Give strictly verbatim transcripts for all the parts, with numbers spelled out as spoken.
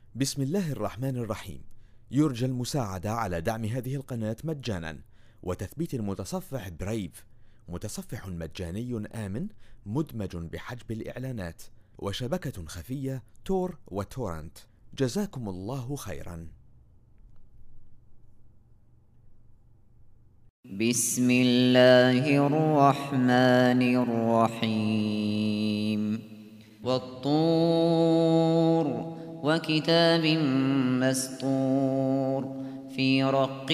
بسم الله الرحمن الرحيم. يرجى المساعدة على دعم هذه القناة مجانا وتثبيت المتصفح برايف، متصفح مجاني آمن مدمج بحجب الإعلانات، وشبكة خفية تور وتورنت. جزاكم الله خيرا. بسم الله الرحمن الرحيم. والطور وكتاب مسطور في رق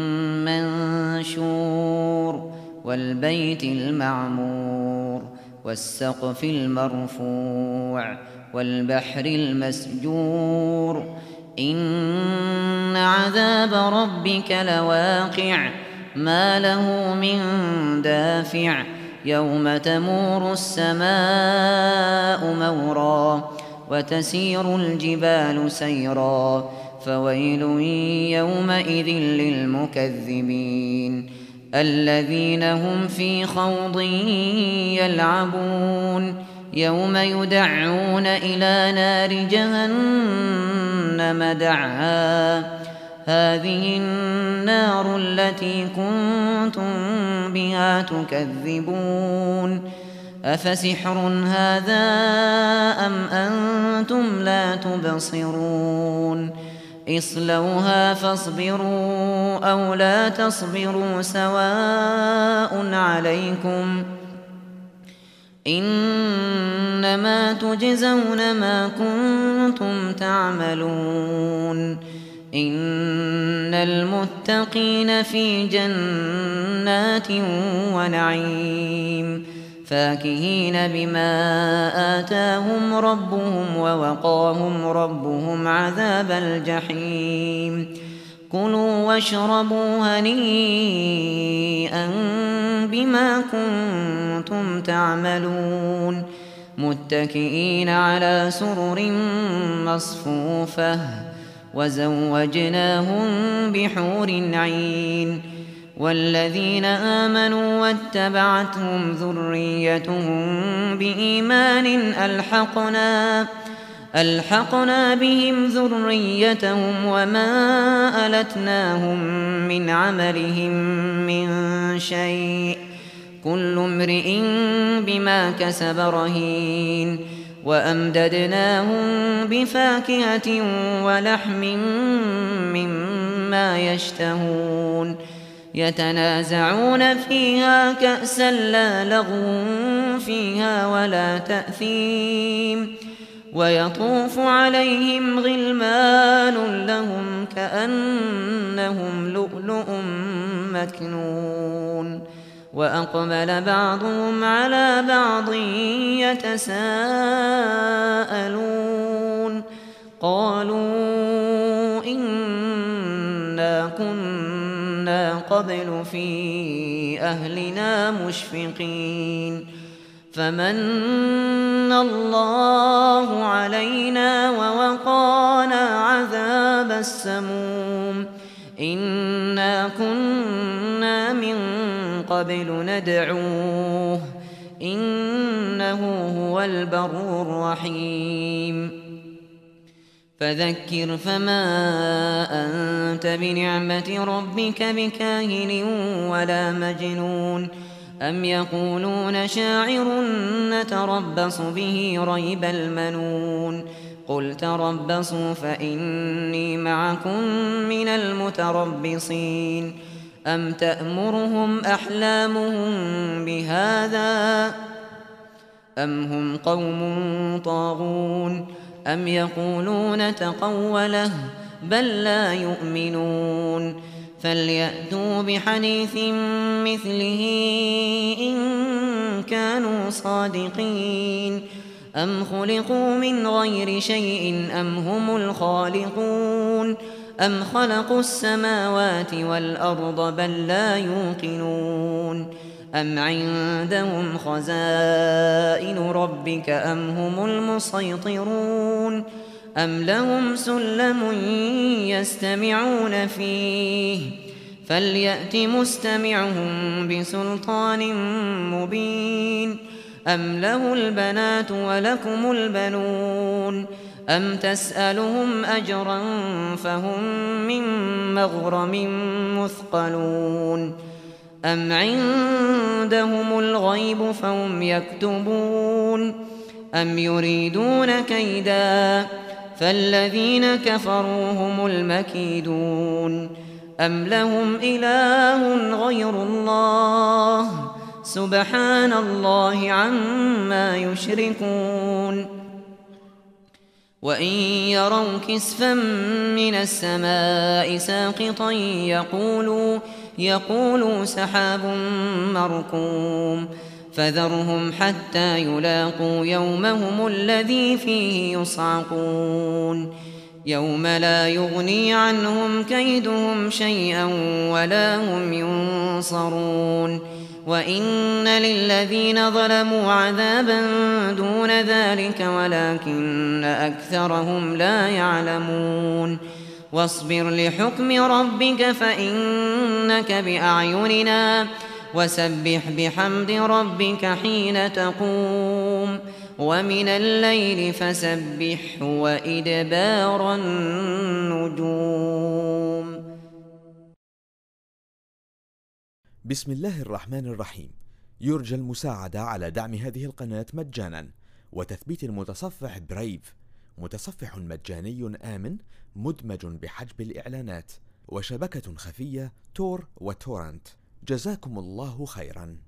منشور والبيت المعمور والسقف المرفوع والبحر المسجور إن عذاب ربك لواقع ما له من دافع يوم تمور السماء مورا وتسير الجبال سيرا فويل يومئذ للمكذبين الذين هم في خوض يلعبون يوم يدعون إلى نار جهنم دعا هذه النار التي كنتم بها تكذبون أفسحر هذا أم أنتم لا تبصرون اصلوها فاصبروا أو لا تصبروا سواء عليكم إنما تجزون ما كنتم تعملون إن المتقين في جنات ونعيم فاكهين بما آتاهم ربهم ووقاهم ربهم عذاب الجحيم كلوا واشربوا هنيئا بما كنتم تعملون متكئين على سرر مصفوفة وزوجناهم بحور عين والذين آمنوا واتبعتهم ذريتهم بإيمان ألحقنا ألحقنا بهم ذريتهم وما ألتناهم من عملهم من شيء كل امرئ بما كسب رهين وأمددناهم بفاكهة ولحم مما يشتهون يتنازعون فيها كأسا لا لغو فيها ولا تأثيم ويطوف عليهم غلمان لهم كأنهم لؤلؤ مكنون وأقبل بعضهم على بعض يتساءلون قالوا إنا كنا قبل في أهلنا مشفقين فمن الله علينا ووقانا عذاب السموم إنا كنا من قبل ندعوه إنه هو البر الرحيم فذكر فما أنت بنعمة ربك بكاهن ولا مجنون أم يقولون شاعر نتربص به ريب المنون قل تربصوا فإني معكم من المتربصين أم تأمرهم أحلامهم بهذا أم هم قوم طاغون أم يقولون تقوله بل لا يؤمنون فليأتوا بحديث مثله إن كانوا صادقين أم خلقوا من غير شيء أم هم الخالقون أم خلقوا السماوات والأرض بل لا يوقنون أم عندهم خزائن ربك أم هم المسيطرون أم لهم سلم يستمعون فيه فليأت مستمعهم بسلطان مبين أم له البنات ولكم البنون أم تسألهم أجرا فهم من مغرم مثقلون أم عندهم الغيب فهم يكتبون أم يريدون كيدا فالذين كفروا هم المكيدون أم لهم إله غير الله سبحان الله عما يشركون وإن يروا كسفا من السماء ساقطا يقولوا يقولوا سحاب مركوم فذرهم حتى يلاقوا يومهم الذي فيه يصعقون يوم لا يغني عنهم كيدهم شيئا ولا هم ينصرون وإن للذين ظلموا عذابا دون ذلك ولكن أكثرهم لا يعلمون واصبر لحكم ربك فإنك بأعيننا وسبح بحمد ربك حين تقوم ومن الليل فسبحه وإدبار النجوم. بسم الله الرحمن الرحيم. يرجى المساعدة على دعم هذه القناة مجانا وتثبيت المتصفح برايف، متصفح مجاني آمن مدمج بحجب الإعلانات، وشبكة خفية تور وتورنت. جزاكم الله خيرا.